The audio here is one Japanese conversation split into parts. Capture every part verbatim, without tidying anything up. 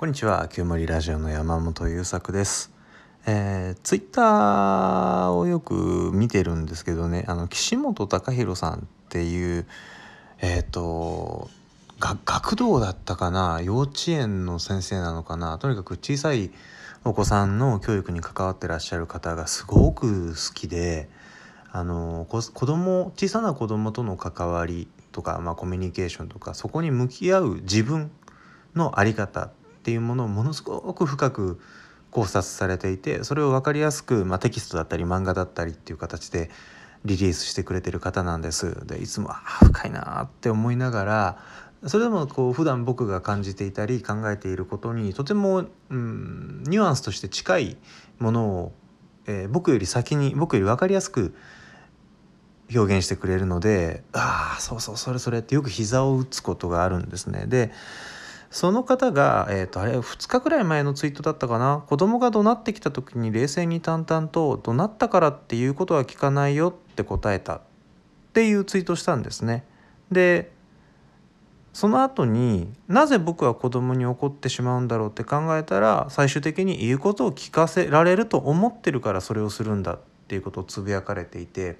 こんにちは、きゅうもりラジオの山本優作です。えー、ツイッターをよく見てるんですけどね、あの岸本隆弘さんっていうえっ、とが学童だったかな、幼稚園の先生なのかな、とにかく小さいお子さんの教育に関わってらっしゃる方がすごく好きで、あの子供小さな子供との関わりとか、まあ、コミュニケーションとか、そこに向き合う自分の在り方っていうものをものすごく深く考察されていて、それを分かりやすく、まあ、テキストだったり漫画だったりっていう形でリリースしてくれてる方なんです。でいつもあ深いなって思いながら、それでもこう普段僕が感じていたり考えていることにとても、うん、ニュアンスとして近いものを、えー、僕より先に僕より分かりやすく表現してくれるので、ああそうそうそれそれってよく膝を打つことがあるんですね。でその方が、えー、とあれふつかくらい前のツイートだったかな、子供が怒鳴ってきた時に冷静に淡々と怒鳴ったからっていうことは聞かないよって答えたっていうツイートをしたんですね。でその後になぜ僕は子供に怒ってしまうんだろうって考えたら、最終的に言うことを聞かせられると思ってるからそれをするんだっていうことをつぶやかれていて、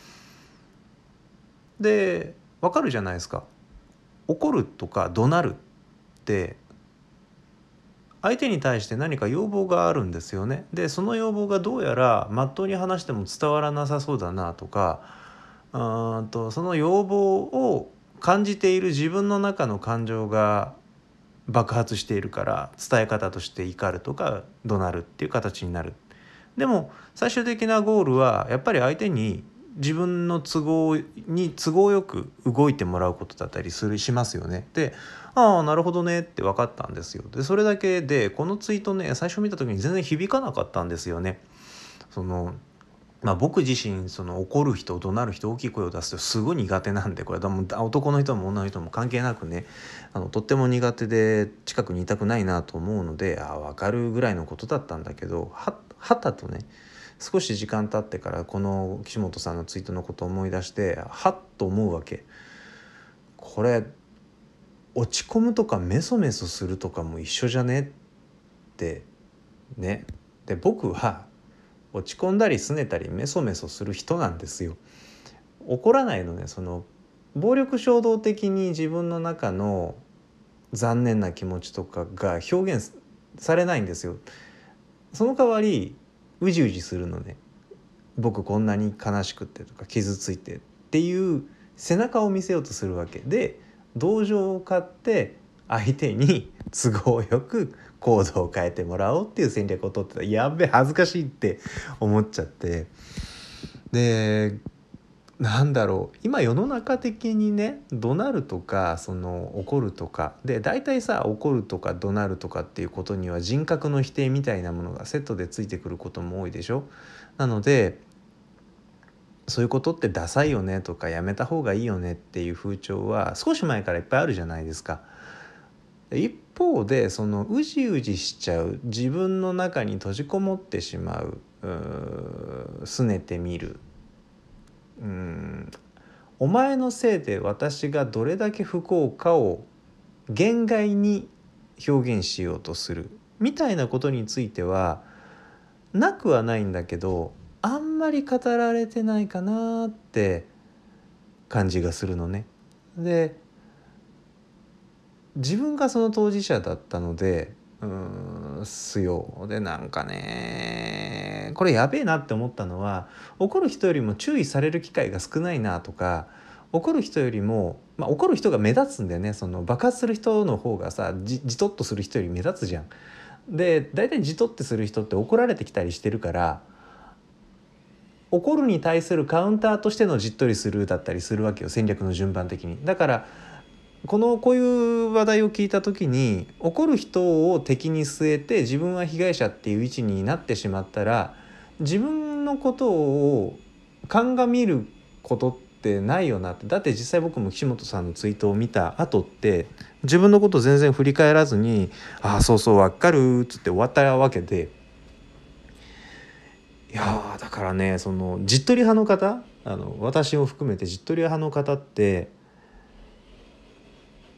でわかるじゃないですか。怒るとか怒鳴るって相手に対して何か要望があるんですよね。でその要望がどうやらまっとうに話しても伝わらなさそうだなとか、うーんとその要望を感じている自分の中の感情が爆発しているから、伝え方として怒るとか怒鳴るっていう形になる。でも最終的なゴールはやっぱり相手に自分の都合に都合よく動いてもらうことだったりするしますよね。で、ああなるほどねって分かったんですよ。でそれだけでこのツイートね、最初見た時に全然響かなかったんですよね。そのまあ、僕自身その怒る人怒鳴る人大きい声を出すとすごい苦手なんで、これはもう男の人も女の人も関係なくね、あのとっても苦手で近くにいたくないなと思うので、あ分かるぐらいのことだったんだけど、ははたとね少し時間経ってからこの岸本さんのツイートのことを思い出して、はっと思うわけ。これ落ち込むとかメソメソするとかも一緒じゃねってね。で僕は落ち込んだり拗ねたりメソメソする人なんですよ。怒らないのね。その暴力衝動的に自分の中の残念な気持ちとかが表現されないんですよ。その代わりうじうじするのね。僕こんなに悲しくってとか傷ついてっていう背中を見せようとするわけで、同情を買って相手に都合よく行動を変えてもらおうっていう戦略を取ってた。やべえ恥ずかしいって思っちゃって、でなんだろう、今世の中的にね、怒鳴るとかその怒るとかで、大体さ怒るとか怒鳴るとかっていうことには人格の否定みたいなものがセットでついてくることも多いでしょ。なのでそういうことってダサいよねとかやめた方がいいよねっていう風潮は少し前からいっぱいあるじゃないですか。一方でそのうじうじしちゃう、自分の中に閉じこもってしまう、うー拗ねてみる、うーんお前のせいで私がどれだけ不幸かを言外に表現しようとするみたいなことについてはなくはないんだけど、あんまり語られてないかなって感じがするのね。で自分がその当事者だったのでうーんすよ。でなんかねこれやべえなって思ったのは、怒る人よりも注意される機会が少ないなとか、怒る人よりも、まあ、怒る人が目立つんだよね。その爆発する人の方がさ じ, じとっとする人より目立つじゃん。で大体じとってする人って怒られてきたりしてるから、怒るに対するカウンターとしてのじっとりするだったりするわけよ、戦略の順番的に。だからこのこういう話題を聞いた時に、怒る人を敵に据えて自分は被害者っていう位置になってしまったら、自分のことを鑑みることってないよなって。だって実際僕も岸本さんのツイートを見た後って自分のこと全然振り返らずに、ああそうそうわかるっつって終わったわけで、いやだからね、そのじっとり派の方、あの私を含めてじっとり派の方って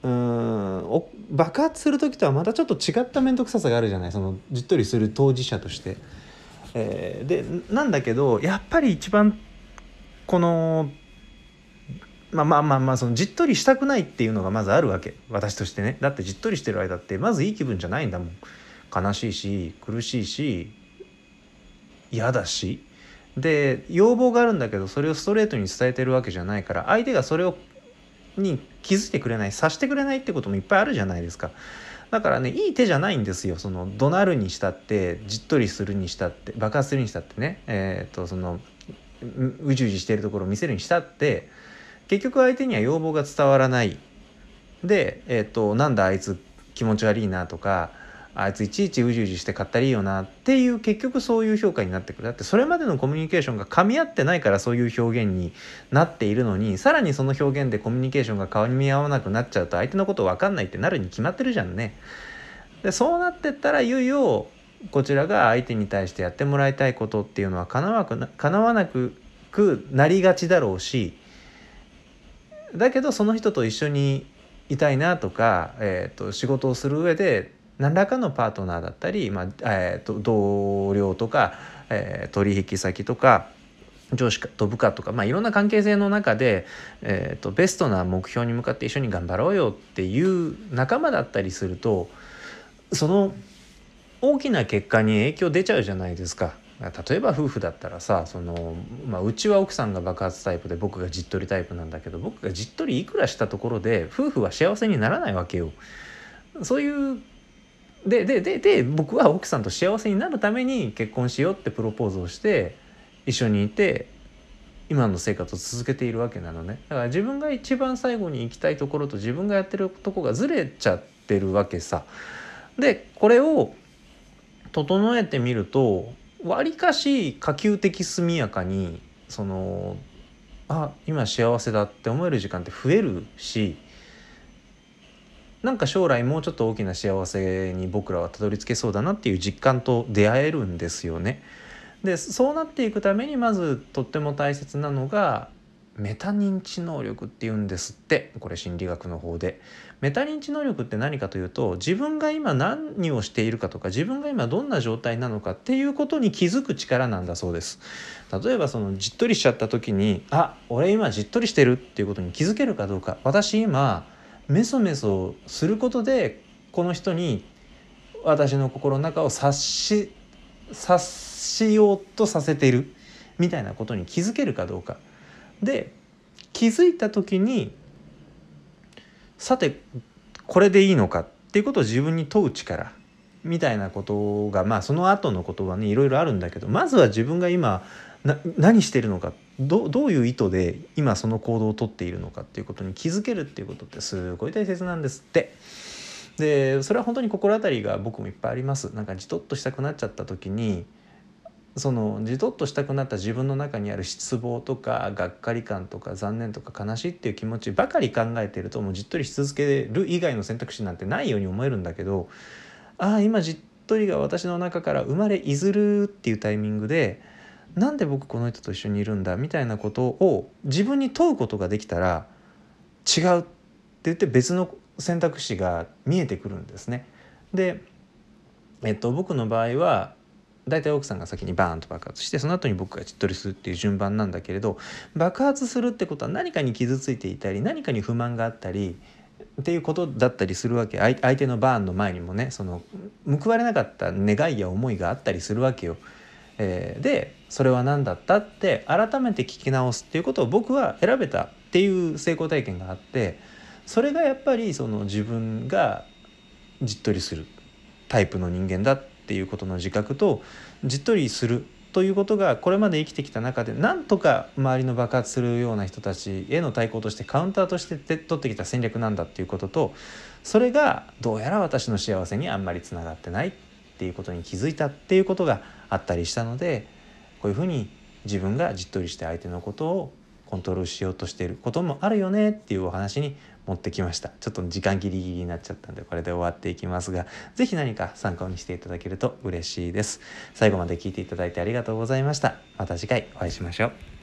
うーんお爆発する時とはまたちょっと違った面倒くささがあるじゃない、そのじっとりする当事者として、えー、でなんだけどやっぱり一番このまあまあまあまあそのじっとりしたくないっていうのがまずあるわけ、私としてね。だってじっとりしてる間ってまずいい気分じゃないんだもん。悲しいし苦しいし嫌だし、で要望があるんだけどそれをストレートに伝えてるわけじゃないから、相手がそれをに気づいてくれない、察してくれないってこともいっぱいあるじゃないですか。だからね、いい手じゃないんですよ。その怒鳴るにしたってじっとりするにしたって爆発するにしたってね、えー、とそのうじうじしているところを見せるにしたって結局相手には要望が伝わらないで、えー、となんだあいつ気持ち悪いなとか、あいついちいちうじうじしてかったりいいよなっていう、結局そういう評価になってくる。だってそれまでのコミュニケーションが噛み合ってないからそういう表現になっているのに、さらにその表現でコミュニケーションが噛み合わなくなっちゃうと相手のこと分かんないってなるに決まってるじゃんね。でそうなってったらいよいよこちらが相手に対してやってもらいたいことっていうのは叶わくな叶わなくなりがちだろうし、だけどその人と一緒にいたいなとか、えー、と仕事をする上で何らかのパートナーだったり、まあえー、と同僚とか、えー、取引先とか上司と部下とか、まあ、いろんな関係性の中で、えー、とベストな目標に向かって一緒に頑張ろうよっていう仲間だったりすると、その大きな結果に影響出ちゃうじゃないですか。例えば夫婦だったらさ、その、まあ、うちは奥さんが爆発タイプで僕がじっとりタイプなんだけど、僕がじっとりいくらしたところで夫婦は幸せにならないわけよ。そういうでででで僕は奥さんと幸せになるために結婚しようってプロポーズをして一緒にいて今の生活を続けているわけなのね。だから自分が一番最後に行きたいところと自分がやってるとこがずれちゃってるわけさ。でこれを整えてみるとわりかし可及的速やかにそのあ今幸せだって思える時間って増えるし、なんか将来もうちょっと大きな幸せに僕らはたどり着けそうだなっていう実感と出会えるんですよね。でそうなっていくためにまずとっても大切なのがメタ認知能力っていうんですって。これ心理学の方でメタ認知能力って何かというと、自分が今何をしているかとか自分が今どんな状態なのかっていうことに気づく力なんだそうです。例えばそのじっとりしちゃった時に、あ俺今じっとりしてるっていうことに気づけるかどうか、私今メソメソすることでこの人に私の心の中を察し察しようとさせているみたいなことに気づけるかどうかで、気づいた時にさてこれでいいのかっていうことを自分に問う力みたいなことが、まあその後のことはねいろいろあるんだけど、まずは自分が今な何してるのか、ど, どういう意図で今その行動をとっているのかっていうことに気づけるっていうことってすごい大切なんですって。でそれは本当に心当たりが僕もいっぱいあります。なんかじとっとしたくなっちゃった時に、そのじとっとしたくなった自分の中にある失望とかがっかり感とか残念とか悲しいっていう気持ちばかり考えてると、もうじっとりし続ける以外の選択肢なんてないように思えるんだけど、ああ今じっとりが私の中から生まれいずるっていうタイミングで、なんで僕この人と一緒にいるんだみたいなことを自分に問うことができたら、違うって言って別の選択肢が見えてくるんですね。で、えっと、僕の場合はだいたい奥さんが先にバーンと爆発して、その後に僕がじっとりするっていう順番なんだけれど、爆発するってことは何かに傷ついていたり何かに不満があったりっていうことだったりするわけ。相手のバーンの前にもね、その報われなかった願いや思いがあったりするわけよ。えー、でそれは何だったって改めて聞き直すっていうことを僕は選べたっていう成功体験があって、それがやっぱりその自分がじっとりするタイプの人間だっていうことの自覚と、じっとりするということがこれまで生きてきた中でなんとか周りの爆発するような人たちへの対抗としてカウンターとして取ってきた戦略なんだっていうことと、それがどうやら私の幸せにあんまりつながってないっていうことに気づいたっていうことがあったりしたので、こういうふうに自分がじっとりして相手のことをコントロールしようとしていることもあるよねっていうお話に持ってきました。ちょっと時間ギリギリになっちゃったんでこれで終わっていきますが、ぜひ何か参考にしていただけると嬉しいです。最後まで聞いていただいてありがとうございました。また次回お会いしましょう。